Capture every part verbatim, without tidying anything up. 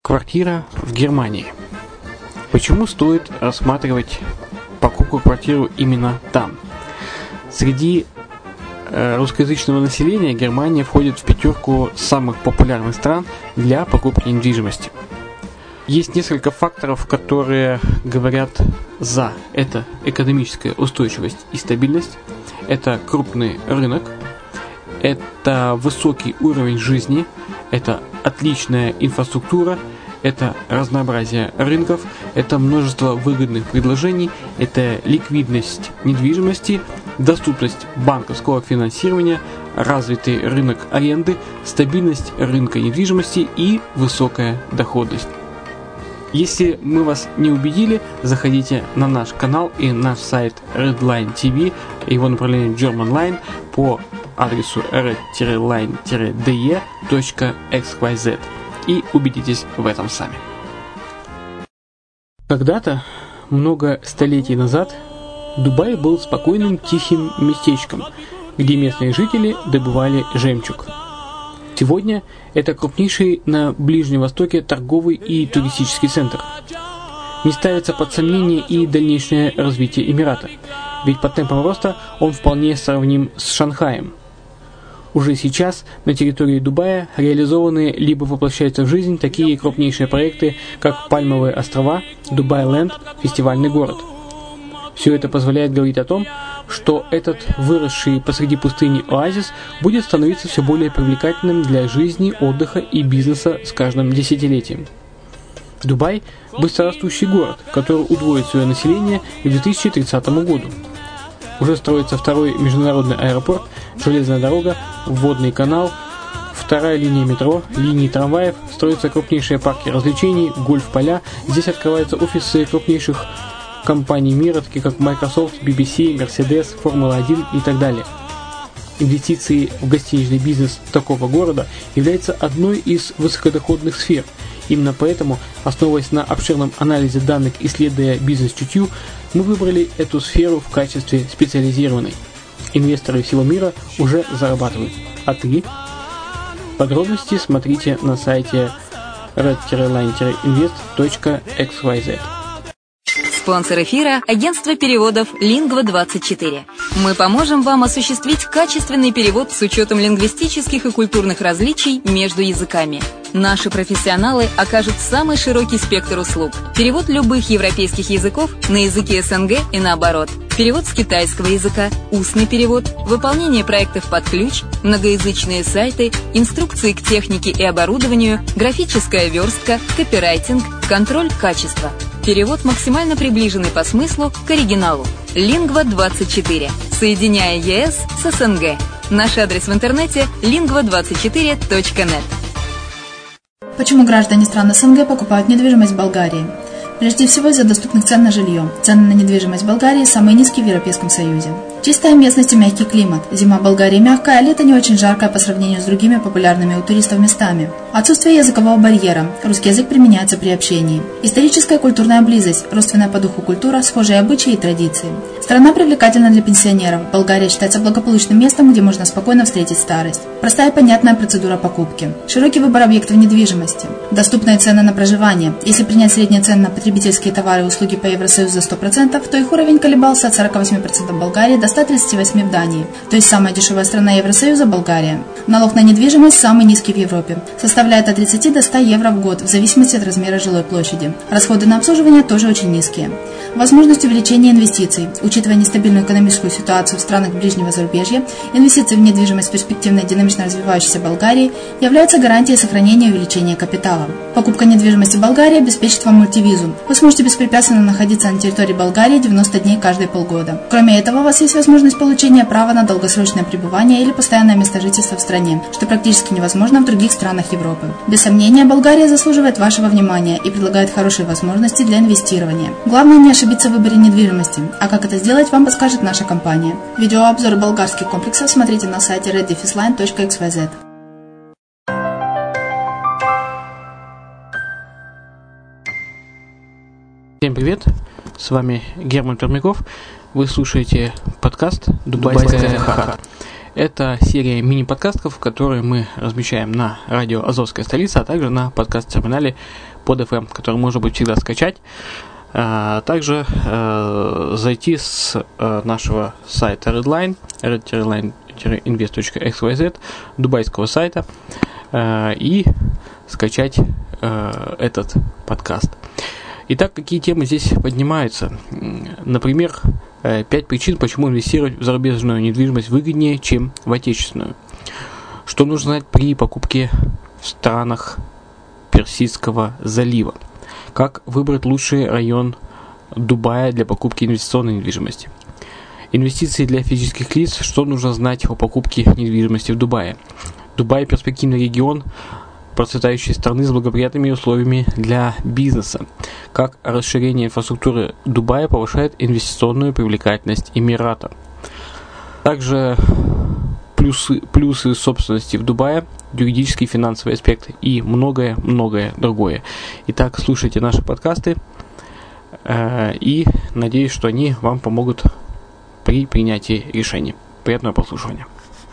Квартира в Германии. Почему стоит рассматривать покупку квартиры именно там? Среди э, русскоязычного населения Германия входит в пятерку самых популярных стран для покупки недвижимости. Есть несколько факторов, которые говорят за. Это экономическая устойчивость и стабильность, это крупный рынок, это высокий уровень жизни, это отличная инфраструктура, это разнообразие рынков, это множество выгодных предложений, это ликвидность недвижимости, доступность банковского финансирования, развитый рынок аренды, стабильность рынка недвижимости и высокая доходность. Если мы вас не убедили, заходите на наш канал и наш сайт Redline ти ви, его направление Germanline по адресу red line de точка экс уай зет и убедитесь в этом сами. Когда-то, много столетий назад, Дубай был спокойным тихим местечком, где местные жители добывали жемчуг. Сегодня это крупнейший на Ближнем Востоке торговый и туристический центр. Не ставится под сомнение и дальнейшее развитие Эмирата, ведь по темпам роста он вполне сравним с Шанхаем. Уже сейчас на территории Дубая реализованы либо воплощаются в жизнь такие крупнейшие проекты, как Пальмовые острова, Дубай-Ленд, фестивальный город. Все это позволяет говорить о том, что этот выросший посреди пустыни оазис будет становиться все более привлекательным для жизни, отдыха и бизнеса с каждым десятилетием. Дубай – быстрорастущий город, который удвоит свое население к две тысячи тридцатому году. Уже строится второй международный аэропорт, железная дорога, водный канал, вторая линия метро, линии трамваев, строятся крупнейшие парки развлечений, гольф-поля. Здесь открываются офисы крупнейших компаний мира, таких как Microsoft, би би си, Mercedes, Формула один и так далее. Инвестиции в гостиничный бизнес такого города являются одной из высокодоходных сфер. Именно поэтому, основываясь на обширном анализе данных, исследуя бизнес-чутью, мы выбрали эту сферу в качестве специализированной. Инвесторы всего мира уже зарабатывают. А ты? Подробности смотрите на сайте red line invest точка экс уай зет. Спонсор эфира – агентство переводов Lingva двадцать четыре. Мы поможем вам осуществить качественный перевод с учетом лингвистических и культурных различий между языками. Наши профессионалы окажут самый широкий спектр услуг. Перевод любых европейских языков на языки эс эн гэ и наоборот. Перевод с китайского языка, устный перевод, выполнение проектов под ключ, многоязычные сайты, инструкции к технике и оборудованию, графическая верстка, копирайтинг, контроль качества. Перевод максимально приближенный по смыслу к оригиналу. Lingva двадцать четыре. Соединяя е эс с эс эн гэ. Наш адрес в интернете lingva двадцать четыре точка нет. Почему граждане стран эс эн гэ покупают недвижимость в Болгарии? Прежде всего из-за доступных цен на жилье. Цены на недвижимость в Болгарии самые низкие в Европейском Союзе. Чистая местность и мягкий климат. Зима в Болгарии мягкая, а лето не очень жаркое по сравнению с другими популярными у туристов местами. Отсутствие языкового барьера. Русский язык применяется при общении. Историческая и культурная близость. Родственная по духу культура, схожие обычаи и традиции. Страна привлекательна для пенсионеров. Болгария считается благополучным местом, где можно спокойно встретить старость. Простая и понятная процедура покупки. Широкий выбор объектов недвижимости. Доступные цены на проживание. Если принять средние цены на потребительские товары и услуги по Евросоюзу за сто процентов, то их уровень колебался от сорок восемь процентов в Болгарии до ста тридцати восьми процентов в Дании. То есть самая дешевая страна Евросоюза – Болгария. Налог на недвижимость самый низкий в Европе. Составляет от тридцати до ста евро в год, в зависимости от размера жилой площади. Расходы на обслуживание тоже очень низкие. Возможность увеличения инвестиций. Учитывая нестабильную экономическую ситуацию в странах ближнего зарубежья, инвестиции в недвижимость в перспективной динамично развивающейся Болгарии являются гарантией сохранения и увеличения капитала. Покупка недвижимости в Болгарии обеспечит вам мультивизу. Вы сможете беспрепятственно находиться на территории Болгарии девяносто дней каждые полгода. Кроме этого, у вас есть возможность получения права на долгосрочное пребывание или постоянное место жительства в стране, что практически невозможно в других странах Европы. Без сомнения, Болгария заслуживает вашего внимания и предлагает хорошие возможности для инвестирования. Главное не ошибиться в выборе недвижимости, а как это сделать, вам подскажет наша компания. Видеообзор болгарских комплексов смотрите на сайте red line точка экс уай зет. Всем привет, с вами Герман Пермяков, вы слушаете подкаст «Дубайская ха-ха». Это серия мини-подкастов, которые мы размещаем на радио «Азовская столица», а также на подкаст-терминале под эф эм, который можно будет всегда скачать. А также э, зайти с э, нашего сайта Redline, redline invest точка экс уай зет, дубайского сайта, э, и скачать э, этот подкаст. Итак, какие темы здесь поднимаются? Например, пять причин, почему инвестировать в зарубежную недвижимость выгоднее, чем в отечественную. Что нужно знать при покупке в странах Персидского залива. Как выбрать лучший район Дубая для покупки инвестиционной недвижимости. Инвестиции для физических лиц. Что нужно знать о покупке недвижимости в Дубае. Дубай – перспективный регион процветающей страны с благоприятными условиями для бизнеса. Как расширение инфраструктуры Дубая повышает инвестиционную привлекательность Эмирата. Также плюсы, плюсы собственности в Дубае, юридические и финансовые аспекты и многое-многое другое. Итак, слушайте наши подкасты э, и надеюсь, что они вам помогут при принятии решений. Приятного прослушивания.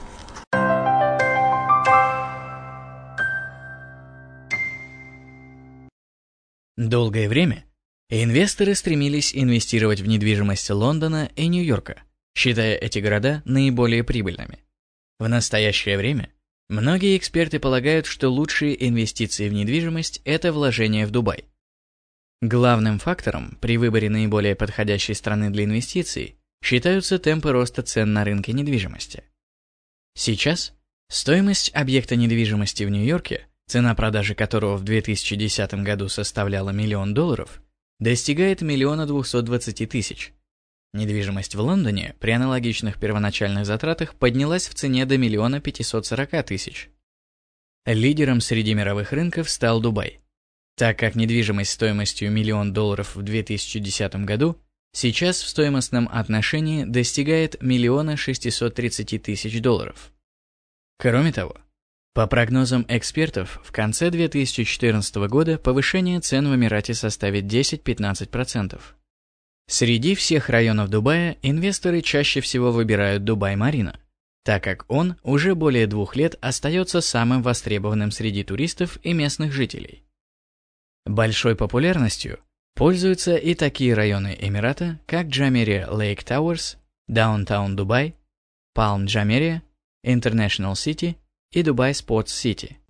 Долгое время инвесторы стремились инвестировать в недвижимость Лондона и Нью-Йорка, считая эти города наиболее прибыльными. В настоящее время многие эксперты полагают, что лучшие инвестиции в недвижимость – это вложение в Дубай. Главным фактором при выборе наиболее подходящей страны для инвестиций считаются темпы роста цен на рынке недвижимости. Сейчас стоимость объекта недвижимости в Нью-Йорке, цена продажи которого в две тысячи десятом году составляла миллион долларов, достигает миллиона двухсот двадцати тысяч. Недвижимость в Лондоне при аналогичных первоначальных затратах поднялась в цене до миллиона пятисот сорока тысяч. Лидером среди мировых рынков стал Дубай, так как недвижимость стоимостью миллион долларов в две тысячи десятом году сейчас в стоимостном отношении достигает миллиона шестисот тридцати тысяч долларов. Кроме того, по прогнозам экспертов, в конце две тысячи четырнадцатого года повышение цен в Эмирате составит десять-пятнадцать процентов. Среди всех районов Дубая инвесторы чаще всего выбирают Дубай-Марина, так как он уже более двух лет остается самым востребованным среди туристов и местных жителей. Большой популярностью пользуются и такие районы Эмирата, как Джамерия Лейк Тауэрс, Даунтаун Дубай, Палм Джамерия, Интернешнл Сити и Дубай Спортс Сити.